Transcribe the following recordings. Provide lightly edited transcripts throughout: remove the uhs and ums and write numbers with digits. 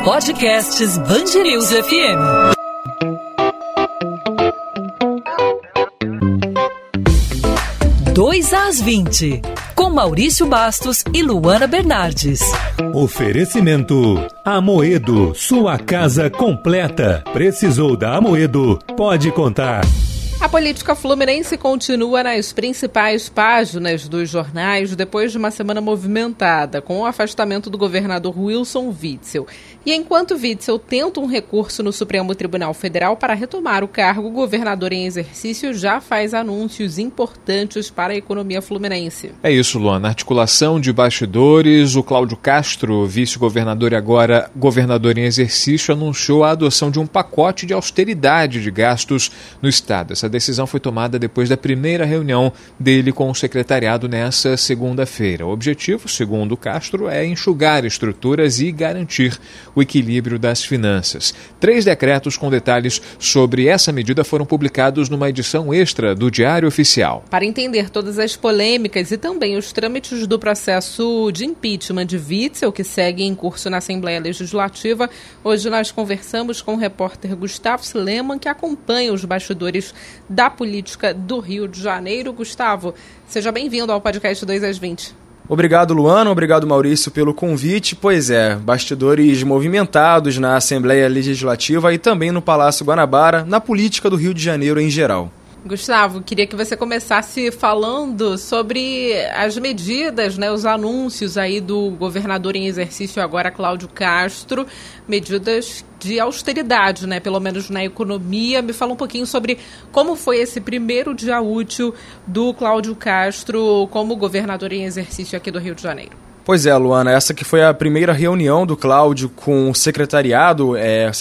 Podcasts BandNews FM. Dois às 20, com Maurício Bastos e Luana Bernardes. Oferecimento Amoedo, sua casa completa. Precisou da Amoedo? Pode contar. A política fluminense continua nas principais páginas dos jornais depois de uma semana movimentada, com o afastamento do governador Wilson Witzel. E enquanto Witzel tenta um recurso no Supremo Tribunal Federal para retomar o cargo, o governador em exercício já faz anúncios importantes para a economia fluminense. É isso, Luana. Articulação de bastidores. O Cláudio Castro, vice-governador e agora governador em exercício, anunciou a adoção de um pacote de austeridade de gastos no estado. Essa decisão foi tomada depois da primeira reunião dele com o secretariado nessa segunda-feira. O objetivo, segundo Castro, é enxugar estruturas e garantir o equilíbrio das finanças. 3 decretos com detalhes sobre essa medida foram publicados numa edição extra do Diário Oficial. Para entender todas as polêmicas e também os trâmites do processo de impeachment de Witzel, que segue em curso na Assembleia Legislativa, hoje nós conversamos com o repórter Gustavo Sleman, que acompanha os bastidores da política do Rio de Janeiro. Gustavo, seja bem-vindo ao podcast 2 às 20. Obrigado, Luana. Obrigado, Maurício, pelo convite. Pois é, bastidores movimentados na Assembleia Legislativa e também no Palácio Guanabara, na política do Rio de Janeiro em geral. Gustavo, queria que você começasse falando sobre as medidas, os anúncios aí do governador em exercício agora, Cláudio Castro, medidas de austeridade, pelo menos na economia. Me fala um pouquinho sobre como foi esse primeiro dia útil do Cláudio Castro como governador em exercício aqui do Rio de Janeiro. Pois é, Luana, essa que foi a primeira reunião do Cláudio com o secretariado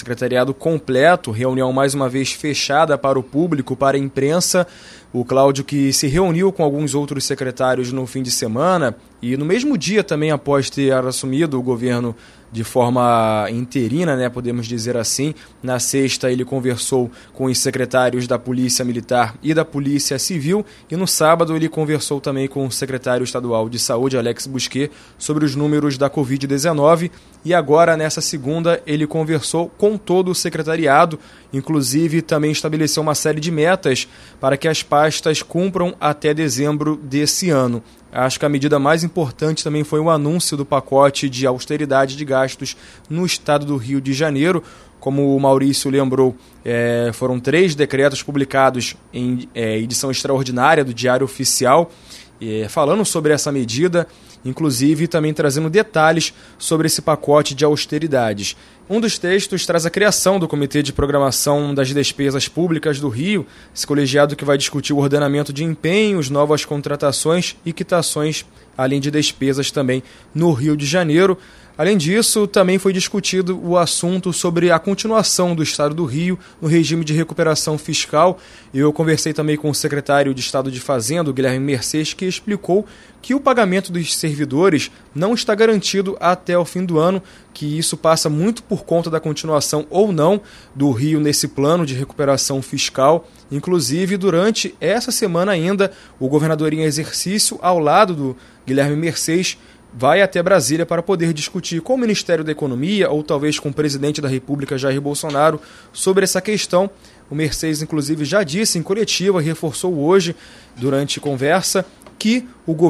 completo, reunião mais uma vez fechada para o público, para a imprensa. O Cláudio que se reuniu com alguns outros secretários no fim de semana e no mesmo dia também após ter assumido o governo de forma interina, podemos dizer assim. Na sexta ele conversou com os secretários da Polícia Militar e da Polícia Civil e no sábado ele conversou também com o secretário estadual de Saúde, Alex Busquet, sobre os números da Covid-19 e agora nessa segunda ele conversou com todo o secretariado, inclusive também estabeleceu uma série de metas para que as pastas cumpram até dezembro desse ano. Acho que a medida mais importante também foi o anúncio do pacote de austeridade de gastos no estado do Rio de Janeiro. Como o Maurício lembrou, foram 3 decretos publicados em edição extraordinária do Diário Oficial, falando sobre essa medida, inclusive também trazendo detalhes sobre esse pacote de austeridades. Um dos textos traz a criação do Comitê de Programação das Despesas Públicas do Rio, esse colegiado que vai discutir o ordenamento de empenhos, novas contratações e quitações, além de despesas também no Rio de Janeiro. Além disso, também foi discutido o assunto sobre a continuação do Estado do Rio no regime de recuperação fiscal. Eu conversei também com o secretário de Estado de Fazenda, Guilherme Mercês, que explicou que o pagamento dos servidores não está garantido até o fim do ano, que isso passa muito por conta da continuação ou não do Rio nesse plano de recuperação fiscal. Inclusive, durante essa semana ainda, o governador em exercício, ao lado do Guilherme Mercês, vai até Brasília para poder discutir com o Ministério da Economia ou talvez com o presidente da República, Jair Bolsonaro, sobre essa questão. O Mercês, inclusive, já disse em coletiva, reforçou hoje, durante conversa, que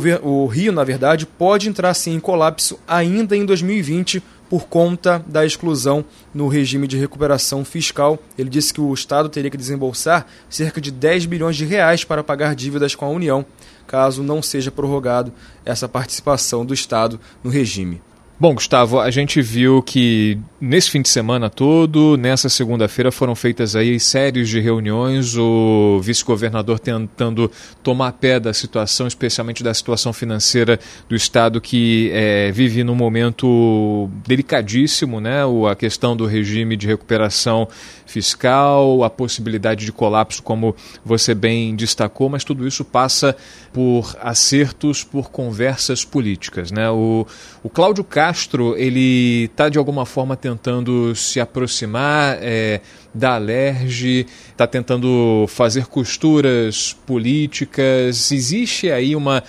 o Rio, na verdade, pode entrar sim em colapso ainda em 2020 por conta da exclusão no regime de recuperação fiscal. Ele disse que o Estado teria que desembolsar cerca de 10 bilhões de reais para pagar dívidas com a União, caso não seja prorrogado essa participação do Estado no regime. Bom, Gustavo, a gente viu que nesse fim de semana todo, nessa segunda-feira, foram feitas aí séries de reuniões, o vice-governador tentando tomar pé da situação, especialmente da situação financeira do Estado, que vive num momento delicadíssimo, a questão do regime de recuperação fiscal, a possibilidade de colapso, como você bem destacou, mas tudo isso passa por acertos, por conversas políticas, O Cláudio Castro, ele está de alguma forma tentando se aproximar da Alerj, está tentando fazer costuras políticas. Existe aí uma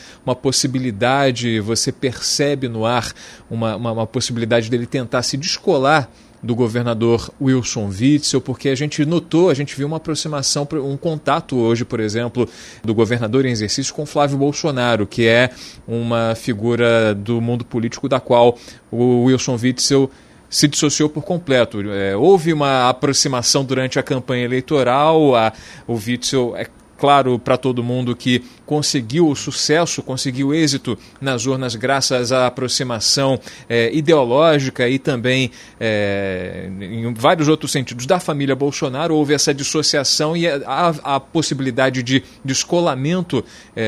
possibilidade, você percebe no ar uma possibilidade dele tentar se descolar do governador Wilson Witzel, porque a gente notou, a gente viu uma aproximação, um contato hoje, por exemplo, do governador em exercício com Flávio Bolsonaro, que é uma figura do mundo político da qual o Wilson Witzel se dissociou por completo. Houve uma aproximação durante a campanha eleitoral, o Witzel, é claro para todo mundo que conseguiu o sucesso, conseguiu êxito nas urnas graças à aproximação ideológica e também em vários outros sentidos da família Bolsonaro. Houve essa dissociação e a possibilidade de descolamento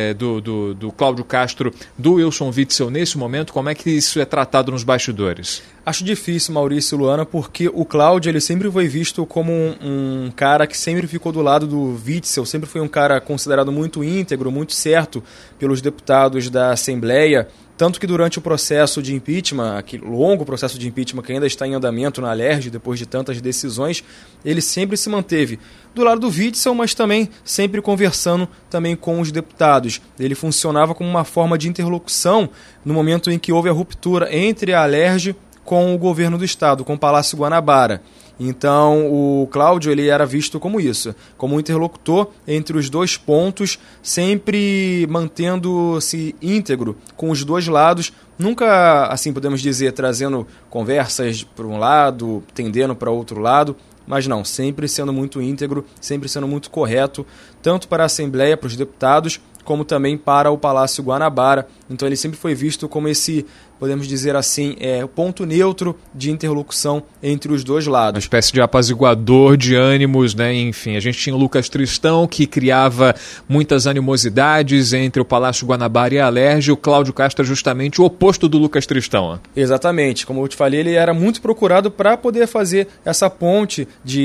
do Cláudio Castro do Wilson Witzel nesse momento. Como é que isso é tratado nos bastidores? Acho difícil, Maurício e Luana, porque o Cláudio ele sempre foi visto como um cara que sempre ficou do lado do Witzel, sempre foi um cara considerado muito íntegro, muito certo pelos deputados da Assembleia, tanto que durante o processo de impeachment, aquele longo processo de impeachment que ainda está em andamento na Alerj, depois de tantas decisões, ele sempre se manteve do lado do Witzel, mas também sempre conversando também com os deputados. Ele funcionava como uma forma de interlocução no momento em que houve a ruptura entre a Alerj com o governo do estado, com o Palácio Guanabara. Então o Cláudio ele era visto como isso, como um interlocutor entre os dois pontos, sempre mantendo-se íntegro com os dois lados, nunca, assim podemos dizer, trazendo conversas para um lado, tendendo para outro lado, mas não, sempre sendo muito íntegro, sempre sendo muito correto, tanto para a Assembleia, para os deputados, como também para o Palácio Guanabara. Então ele sempre foi visto como esse, podemos dizer assim, ponto neutro de interlocução entre os dois lados. Uma espécie de apaziguador de ânimos, né? Enfim, a gente tinha o Lucas Tristão, que criava muitas animosidades entre o Palácio Guanabara e a Alerj. O Cláudio Castro é justamente o oposto do Lucas Tristão. Exatamente. Como eu te falei, ele era muito procurado para poder fazer essa ponte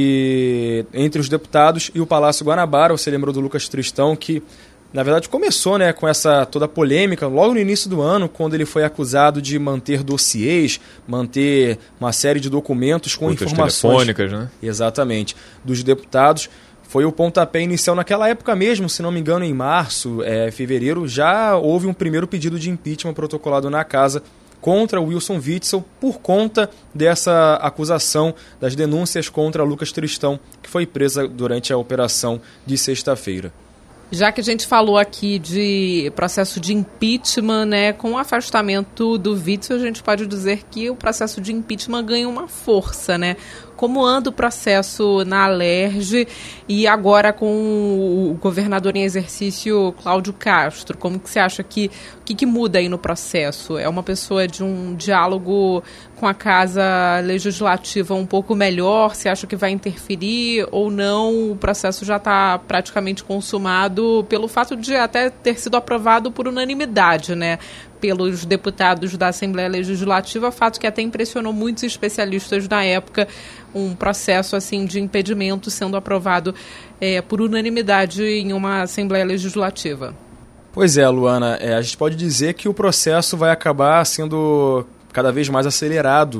entre os deputados e o Palácio Guanabara. Você lembrou do Lucas Tristão, que na verdade começou, né, com essa toda polêmica logo no início do ano, quando ele foi acusado de manter dossiês, manter uma série de documentos com informações telefônicas, né? Exatamente, dos deputados. Foi o pontapé inicial naquela época mesmo, se não me engano, em março, fevereiro, já houve um primeiro pedido de impeachment protocolado na casa contra Wilson Witzel por conta dessa acusação, das denúncias contra Lucas Tristão, que foi presa durante a operação de sexta-feira. Já que a gente falou aqui de processo de impeachment, né, com o afastamento do Witzel, a gente pode dizer que o processo de impeachment ganha uma força, né? Como anda o processo na Alerj e agora com o governador em exercício Cláudio Castro? Como que você acha que muda aí no processo? É uma pessoa de um diálogo com a Casa Legislativa um pouco melhor? Você acha que vai interferir ou não? O processo já está praticamente consumado pelo fato de até ter sido aprovado por unanimidade, né? Pelos deputados da Assembleia Legislativa, fato que até impressionou muitos especialistas na época, um processo assim de impedimento sendo aprovado por unanimidade em uma Assembleia Legislativa. Pois é, Luana, a gente pode dizer que o processo vai acabar sendo cada vez mais acelerado.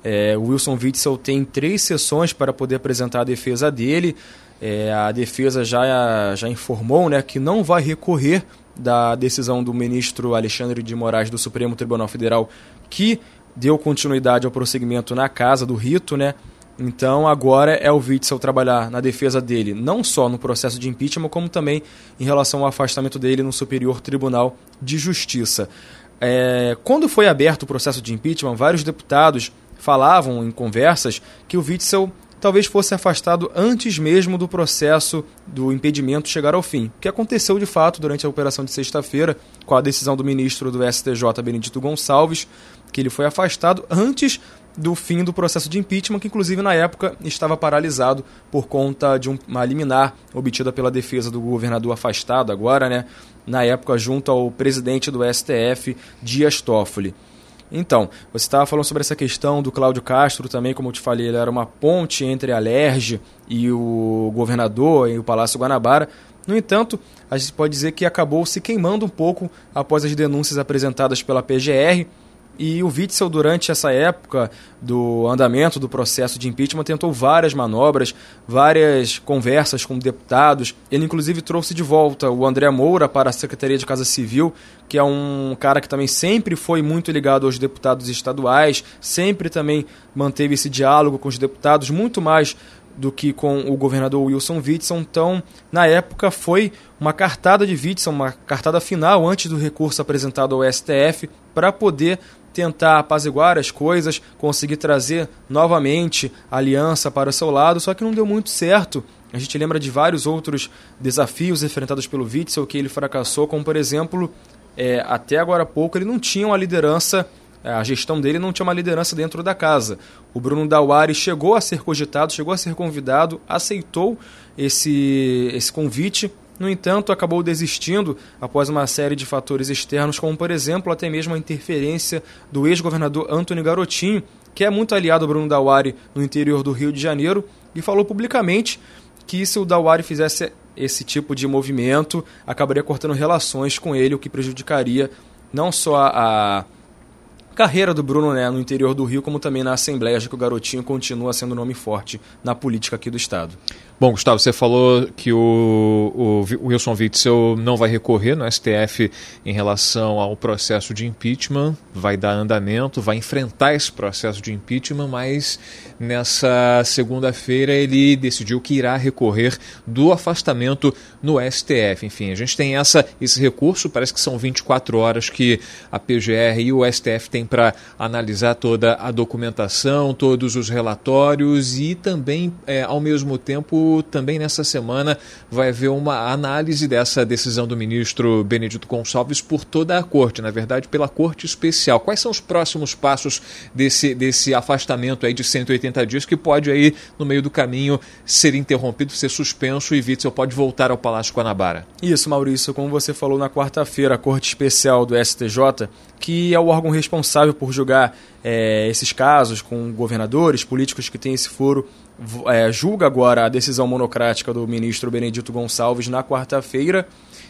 O Wilson Witzel tem 3 sessões para poder apresentar a defesa dele. A defesa já informou, né, que não vai recorrer da decisão do ministro Alexandre de Moraes do Supremo Tribunal Federal, que deu continuidade ao prosseguimento na casa do rito, né? Então agora é o Witzel trabalhar na defesa dele, não só no processo de impeachment, como também em relação ao afastamento dele no Superior Tribunal de Justiça. Quando foi aberto o processo de impeachment, vários deputados falavam em conversas que o Witzel talvez fosse afastado antes mesmo do processo do impedimento chegar ao fim. O que aconteceu de fato durante a operação de sexta-feira, com a decisão do ministro do STJ, Benedito Gonçalves, que ele foi afastado antes do fim do processo de impeachment, que inclusive na época estava paralisado por conta de uma liminar obtida pela defesa do governador afastado agora, né, na época junto ao presidente do STF, Dias Toffoli. Então, você estava falando sobre essa questão do Cláudio Castro também, como eu te falei, ele era uma ponte entre a Alerj e o governador e o Palácio Guanabara. No entanto, a gente pode dizer que acabou se queimando um pouco após as denúncias apresentadas pela PGR, E o Witzel, durante essa época do andamento do processo de impeachment, tentou várias manobras, várias conversas com deputados. Ele, inclusive, trouxe de volta o André Moura para a Secretaria de Casa Civil, que é um cara que também sempre foi muito ligado aos deputados estaduais, sempre também manteve esse diálogo com os deputados, muito mais do que com o governador Wilson Witzel. Então, na época, foi uma cartada de Witzel, uma cartada final antes do recurso apresentado ao STF, para poder tentar apaziguar as coisas, conseguir trazer novamente a aliança para o seu lado, só que não deu muito certo. A gente lembra de vários outros desafios enfrentados pelo Witzel que ele fracassou, como, por exemplo, até agora há pouco ele não tinha uma liderança, a gestão dele não tinha uma liderança dentro da casa. O Bruno Dauari chegou a ser cogitado, chegou a ser convidado, aceitou esse convite. No entanto, acabou desistindo após uma série de fatores externos, como, por exemplo, até mesmo a interferência do ex-governador Antony Garotinho, que é muito aliado ao Bruno Dauari no interior do Rio de Janeiro, e falou publicamente que se o Dauari fizesse esse tipo de movimento, acabaria cortando relações com ele, o que prejudicaria não só a carreira do Bruno, né, no interior do Rio, como também na Assembleia, já que o Garotinho continua sendo um nome forte na política aqui do Estado. Bom, Gustavo, você falou que o Wilson Witzel não vai recorrer no STF em relação ao processo de impeachment, vai dar andamento, vai enfrentar esse processo de impeachment, mas nessa segunda-feira ele decidiu que irá recorrer do afastamento no STF. Enfim, a gente tem esse recurso, parece que são 24 horas que a PGR e o STF têm para analisar toda a documentação, todos os relatórios e também, ao mesmo tempo, também nessa semana vai haver uma análise dessa decisão do ministro Benedito Gonçalves por toda a corte, na verdade pela corte especial. Quais são os próximos passos desse afastamento aí de 180 dias que pode aí no meio do caminho ser interrompido, ser suspenso e Witzel pode voltar ao Palácio Guanabara? Isso, Maurício, como você falou na quarta-feira, a corte especial do STJ, que é o órgão responsável por julgar esses casos com governadores, políticos que têm esse foro, julga agora a decisão monocrática do ministro Benedito Gonçalves na quarta-feira,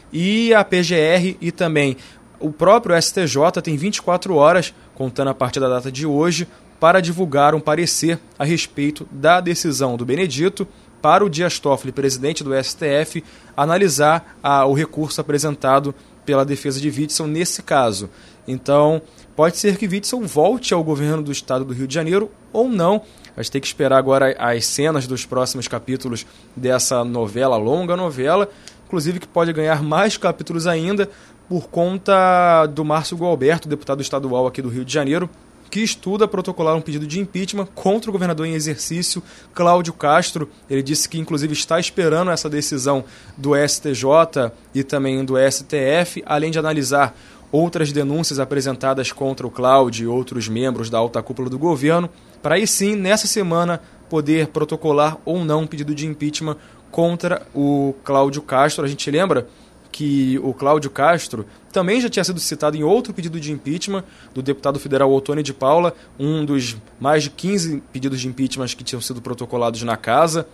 e a PGR e também o próprio STJ tem 24 horas, contando a partir da data de hoje, para divulgar um parecer a respeito da decisão do Benedito, para o Dias Toffoli, presidente do STF, analisar o recurso apresentado pela defesa de Witzel nesse caso. Então, pode ser que Witzel volte ao governo do estado do Rio de Janeiro ou não. A gente tem que esperar agora as cenas dos próximos capítulos dessa novela, longa novela, inclusive que pode ganhar mais capítulos ainda por conta do Márcio Gualberto, deputado estadual aqui do Rio de Janeiro, que estuda protocolar um pedido de impeachment contra o governador em exercício, Cláudio Castro. Ele disse que, inclusive, está esperando essa decisão do STJ e também do STF, além de analisar outras denúncias apresentadas contra o Cláudio e outros membros da alta cúpula do governo, para aí sim, nessa semana, poder protocolar ou não um pedido de impeachment contra o Cláudio Castro. A gente lembra que o Cláudio Castro também já tinha sido citado em outro pedido de impeachment do deputado federal Ottoni de Paula, um dos mais de 15 pedidos de impeachment que tinham sido protocolados na casa,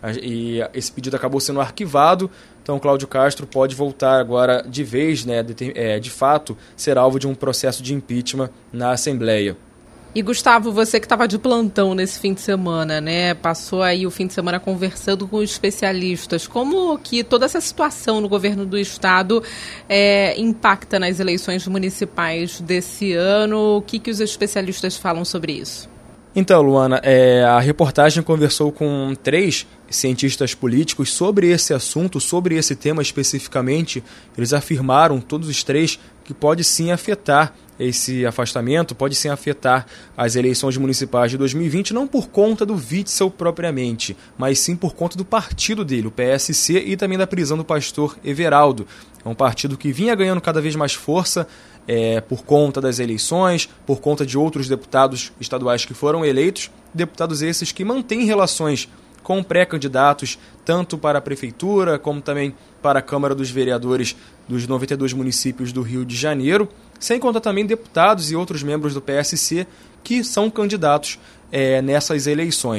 e esse pedido acabou sendo arquivado. Então, Cláudio Castro pode voltar agora de vez, né, de fato, ser alvo de um processo de impeachment na Assembleia. E, Gustavo, você que estava de plantão nesse fim de semana, né? Passou aí o fim de semana conversando com especialistas. Como que toda essa situação no governo do estado impacta nas eleições municipais desse ano? O que os especialistas falam sobre isso? Então, Luana, a reportagem conversou com 3 cientistas políticos sobre esse assunto, sobre esse tema especificamente. Eles afirmaram, todos os 3, que pode sim afetar esse afastamento, pode sim afetar as eleições municipais de 2020, não por conta do Witzel propriamente, mas sim por conta do partido dele, o PSC, e também da prisão do pastor Everaldo. É um partido que vinha ganhando cada vez mais força por conta das eleições, por conta de outros deputados estaduais que foram eleitos, deputados esses que mantêm relações com pré-candidatos, tanto para a Prefeitura, como também para a Câmara dos Vereadores dos 92 municípios do Rio de Janeiro, sem contar também deputados e outros membros do PSC que são candidatos nessas eleições.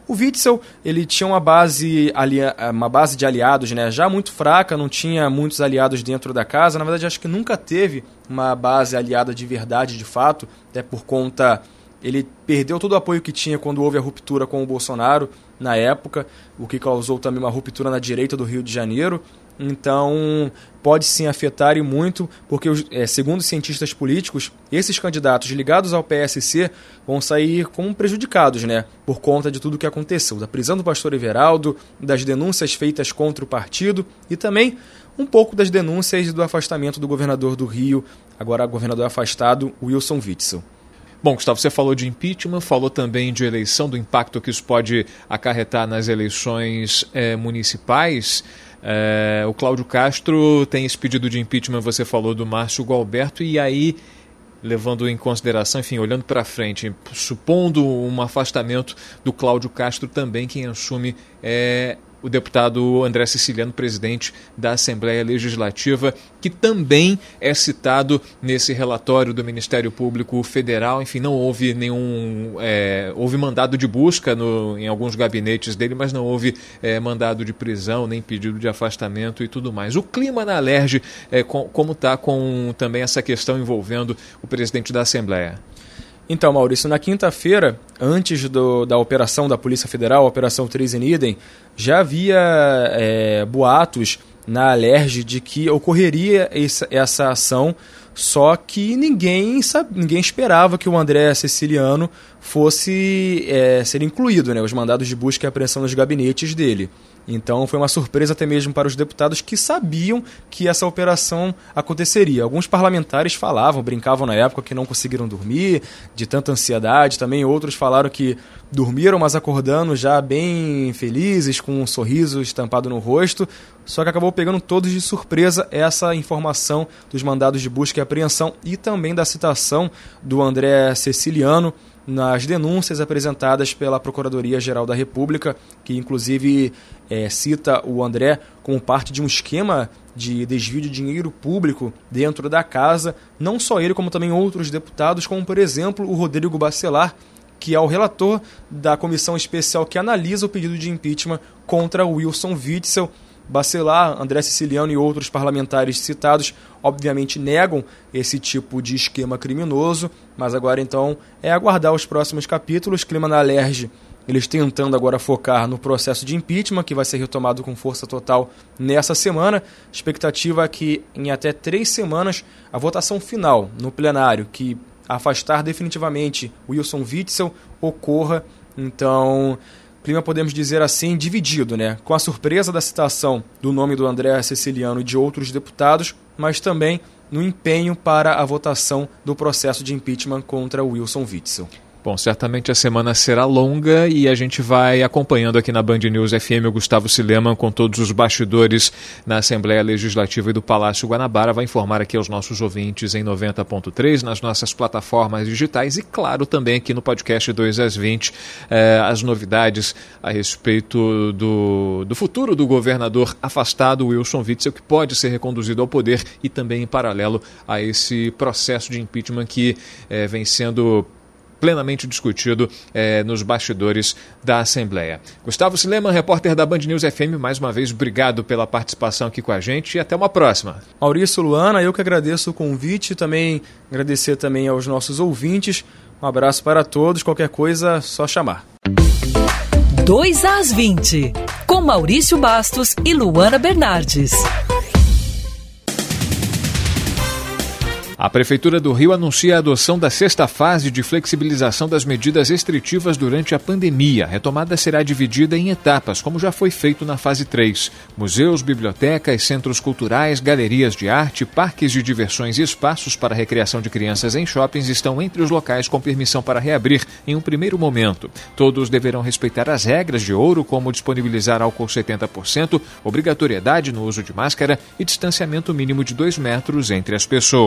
O Witzel, ele tinha uma base de aliados, né, já muito fraca, não tinha muitos aliados dentro da casa. Na verdade, acho que nunca teve uma base aliada de verdade, de fato, até por conta... Ele perdeu todo o apoio que tinha quando houve a ruptura com o Bolsonaro na época, o que causou também uma ruptura na direita do Rio de Janeiro. Então, pode sim afetar e muito, porque, segundo os cientistas políticos, esses candidatos ligados ao PSC vão sair como prejudicados, né, por conta de tudo o que aconteceu, da prisão do pastor Everaldo, das denúncias feitas contra o partido e também um pouco das denúncias do afastamento do governador do Rio, agora governador afastado, Wilson Witzel. Bom, Gustavo, você falou de impeachment, falou também de eleição, do impacto que isso pode acarretar nas eleições municipais. O Cláudio Castro tem esse pedido de impeachment, você falou do Márcio Gualberto, e aí, levando em consideração, enfim, olhando para frente, supondo um afastamento do Cláudio Castro também, quem assume o deputado André Siciliano, presidente da Assembleia Legislativa, que também é citado nesse relatório do Ministério Público Federal. Enfim, não houve houve mandado de busca em alguns gabinetes dele, mas não houve mandado de prisão, nem pedido de afastamento e tudo mais. O clima na Alerj, como está com também essa questão envolvendo o presidente da Assembleia? Então, Maurício, na quinta-feira, antes da operação da Polícia Federal, a Operação Treason Idem, já havia boatos na Alerj de que ocorreria essa ação, só que ninguém esperava que o André Siciliano fosse ser incluído, né, os mandados de busca e apreensão nos gabinetes dele. Então foi uma surpresa até mesmo para os deputados que sabiam que essa operação aconteceria. Alguns parlamentares brincavam na época que não conseguiram dormir, de tanta ansiedade. Também outros falaram que dormiram, mas acordando já bem felizes, com um sorriso estampado no rosto. Só que acabou pegando todos de surpresa essa informação dos mandados de busca e apreensão e também da citação do André Siciliano nas denúncias apresentadas pela Procuradoria-Geral da República, que inclusive cita o André como parte de um esquema de desvio de dinheiro público dentro da casa, não só ele, como também outros deputados, como por exemplo o Rodrigo Bacelar, que é o relator da comissão especial que analisa o pedido de impeachment contra Wilson Witzel. Bacelar, André Siciliano e outros parlamentares citados obviamente negam esse tipo de esquema criminoso, mas agora então é aguardar os próximos capítulos. Clima na Alerj, eles tentando agora focar no processo de impeachment, que vai ser retomado com força total nessa semana. Expectativa é que em até 3 semanas a votação final no plenário, que afastar definitivamente Wilson Witzel, ocorra. Então, clima, podemos dizer assim, dividido, né? Com a surpresa da citação do nome do André Siciliano e de outros deputados, mas também no empenho para a votação do processo de impeachment contra Wilson Witzel. Bom, certamente a semana será longa e a gente vai acompanhando aqui na Band News FM o Gustavo Sileman com todos os bastidores na Assembleia Legislativa e do Palácio Guanabara. Vai informar aqui aos nossos ouvintes em 90.3, nas nossas plataformas digitais e, claro, também aqui no podcast 2 às 20, as novidades a respeito do futuro do governador afastado, Wilson Witzel, que pode ser reconduzido ao poder, e também em paralelo a esse processo de impeachment que vem sendo plenamente discutido nos bastidores da Assembleia. Gustavo Sileman, repórter da Band News FM, mais uma vez, obrigado pela participação aqui com a gente e até uma próxima. Maurício, Luana, eu que agradeço o convite e também agradecer também aos nossos ouvintes. Um abraço para todos, qualquer coisa, só chamar. 2 às 20, com Maurício Bastos e Luana Bernardes. A Prefeitura do Rio anuncia a adoção da 6ª fase de flexibilização das medidas restritivas durante a pandemia. A retomada será dividida em etapas, como já foi feito na fase 3. Museus, bibliotecas, centros culturais, galerias de arte, parques de diversões e espaços para recreação de crianças em shoppings estão entre os locais com permissão para reabrir em um primeiro momento. Todos deverão respeitar as regras de ouro, como disponibilizar álcool 70%, obrigatoriedade no uso de máscara e distanciamento mínimo de 2 metros entre as pessoas. O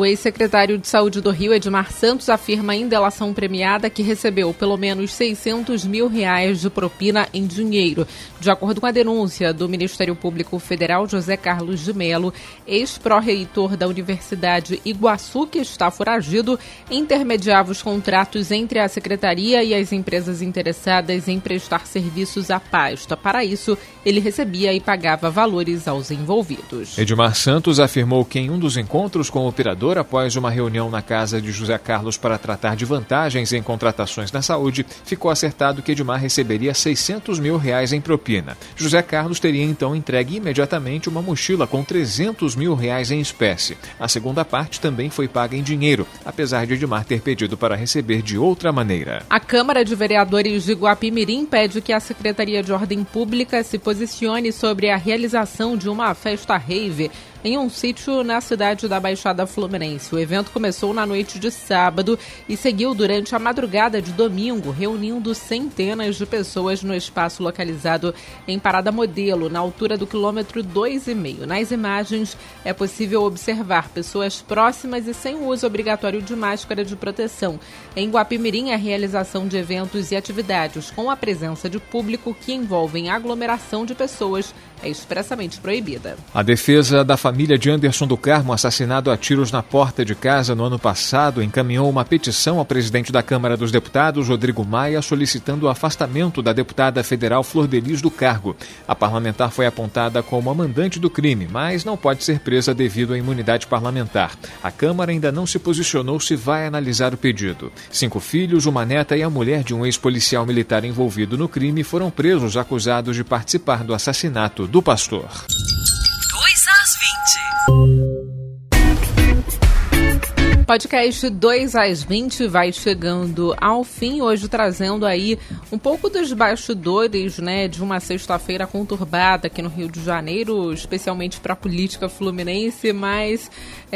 O ex-secretário de Saúde do Rio, Edmar Santos, afirma em delação premiada que recebeu pelo menos R$600 mil de propina em dinheiro. De acordo com a denúncia do Ministério Público Federal, José Carlos de Melo, ex-pró-reitor da Universidade Iguaçu, que está foragido, intermediava os contratos entre a secretaria e as empresas interessadas em prestar serviços à pasta. Para isso, ele recebia e pagava valores aos envolvidos. Edmar Santos afirmou que em um dos encontros com o operador, após uma reunião na casa de José Carlos para tratar de vantagens em contratações na saúde, ficou acertado que Edmar receberia R$600 mil em propina. José Carlos teria então entregue imediatamente uma mochila com R$300 mil em espécie. A segunda parte também foi paga em dinheiro, apesar de Edmar ter pedido para receber de outra maneira. A Câmara de Vereadores de Guapimirim pede que a Secretaria de Ordem Pública se posicione sobre a realização de uma festa rave em um sítio na cidade da Baixada Fluminense. O evento começou na noite de sábado e seguiu durante a madrugada de domingo, reunindo centenas de pessoas no espaço localizado em Parada Modelo, na altura do quilômetro 2,5. Nas imagens, é possível observar pessoas próximas e sem o uso obrigatório de máscara de proteção. Em Guapimirim, a realização de eventos e atividades com a presença de público que envolvem aglomeração de pessoas é expressamente proibida. A defesa da família de Anderson do Carmo, assassinado a tiros na porta de casa no ano passado, encaminhou uma petição ao presidente da Câmara dos Deputados, Rodrigo Maia, solicitando o afastamento da deputada federal Flor Delis do cargo. A parlamentar foi apontada como a mandante do crime, mas não pode ser presa devido à imunidade parlamentar. A Câmara ainda não se posicionou se vai analisar o pedido. 5 filhos, uma neta e a mulher de um ex-policial militar envolvido no crime foram presos acusados de participar do assassinato do pastor. 2 às 20. Podcast 2 às 20 vai chegando ao fim, hoje trazendo aí um pouco dos bastidores, né, de uma sexta-feira conturbada aqui no Rio de Janeiro, especialmente para a política fluminense, mas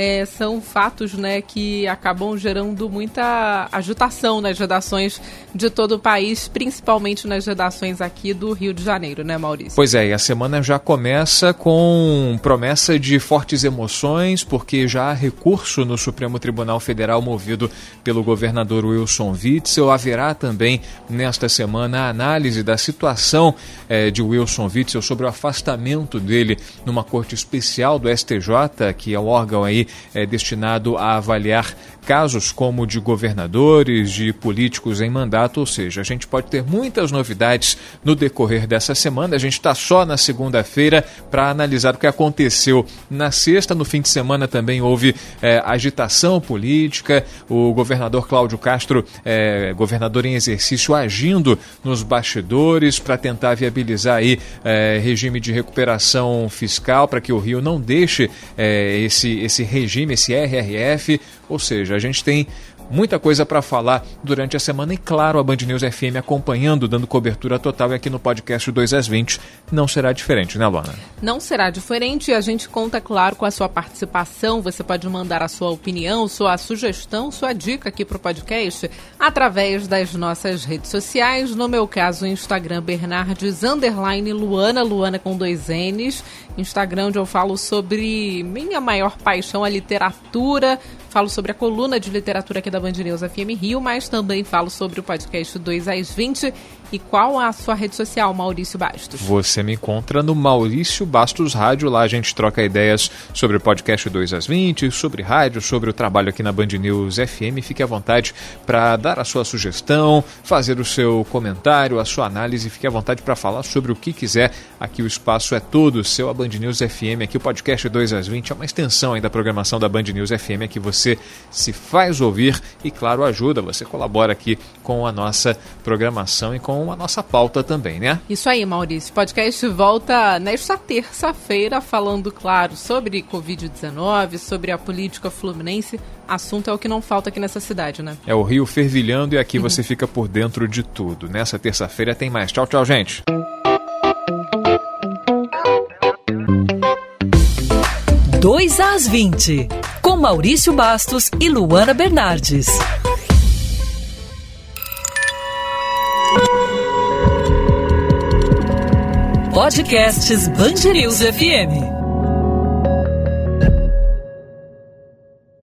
são fatos, né, que acabam gerando muita agitação nas redações de todo o país, principalmente nas redações aqui do Rio de Janeiro, né, Maurício? Pois é, e a semana já começa com promessa de fortes emoções, porque já há recurso no Supremo Tribunal Federal movido pelo governador Wilson Witzel. Haverá também nesta semana a análise da situação de Wilson Witzel sobre o afastamento dele numa corte especial do STJ, que é um órgão aí destinado a avaliar casos como de governadores, de políticos em mandato, ou seja, a gente pode ter muitas novidades no decorrer dessa semana. A gente está só na segunda-feira para analisar o que aconteceu na sexta. No fim de semana também houve agitação política, o governador Cláudio Castro, governador em exercício, agindo nos bastidores para tentar viabilizar aí regime de recuperação fiscal para que o Rio não deixe esse regime, esse RRF, ou seja, a gente tem muita coisa para falar durante a semana e, claro, a Band News FM acompanhando, dando cobertura total, e aqui no podcast 2 às 20 não será diferente, né, Luana? Não será diferente, e a gente conta, claro, com a sua participação. Você pode mandar a sua opinião, sua sugestão, sua dica aqui para o podcast através das nossas redes sociais. No meu caso, o Instagram Bernardes_Luana, Luana com 2 N's. Instagram onde eu falo sobre minha maior paixão, a literatura. Falo sobre a coluna de literatura aqui da Band News FM Rio, mas também falo sobre o podcast 2 às 20. E qual a sua rede social, Maurício Bastos? Você me encontra no Maurício Bastos Rádio. Lá a gente troca ideias sobre o podcast 2 às 20, sobre rádio, sobre o trabalho aqui na Band News FM. Fique à vontade para dar a sua sugestão, fazer o seu comentário, a sua análise. Fique à vontade para falar sobre o que quiser. Aqui o espaço é todo seu, a Band News FM. Aqui o podcast 2 às 20 é uma extensão aí da programação da Band News FM, que você se faz ouvir e, claro, ajuda. Você colabora aqui com a nossa programação e com a nossa pauta também, né? Isso aí, Maurício. O podcast volta nesta terça-feira falando, claro, sobre Covid-19, sobre a política fluminense. Assunto é o que não falta aqui nessa cidade, né? É o Rio fervilhando e aqui você fica por dentro de tudo. Nessa terça-feira tem mais. Tchau, tchau, gente. 2 às 20, com Maurício Bastos e Luana Bernardes. Podcasts Band News FM.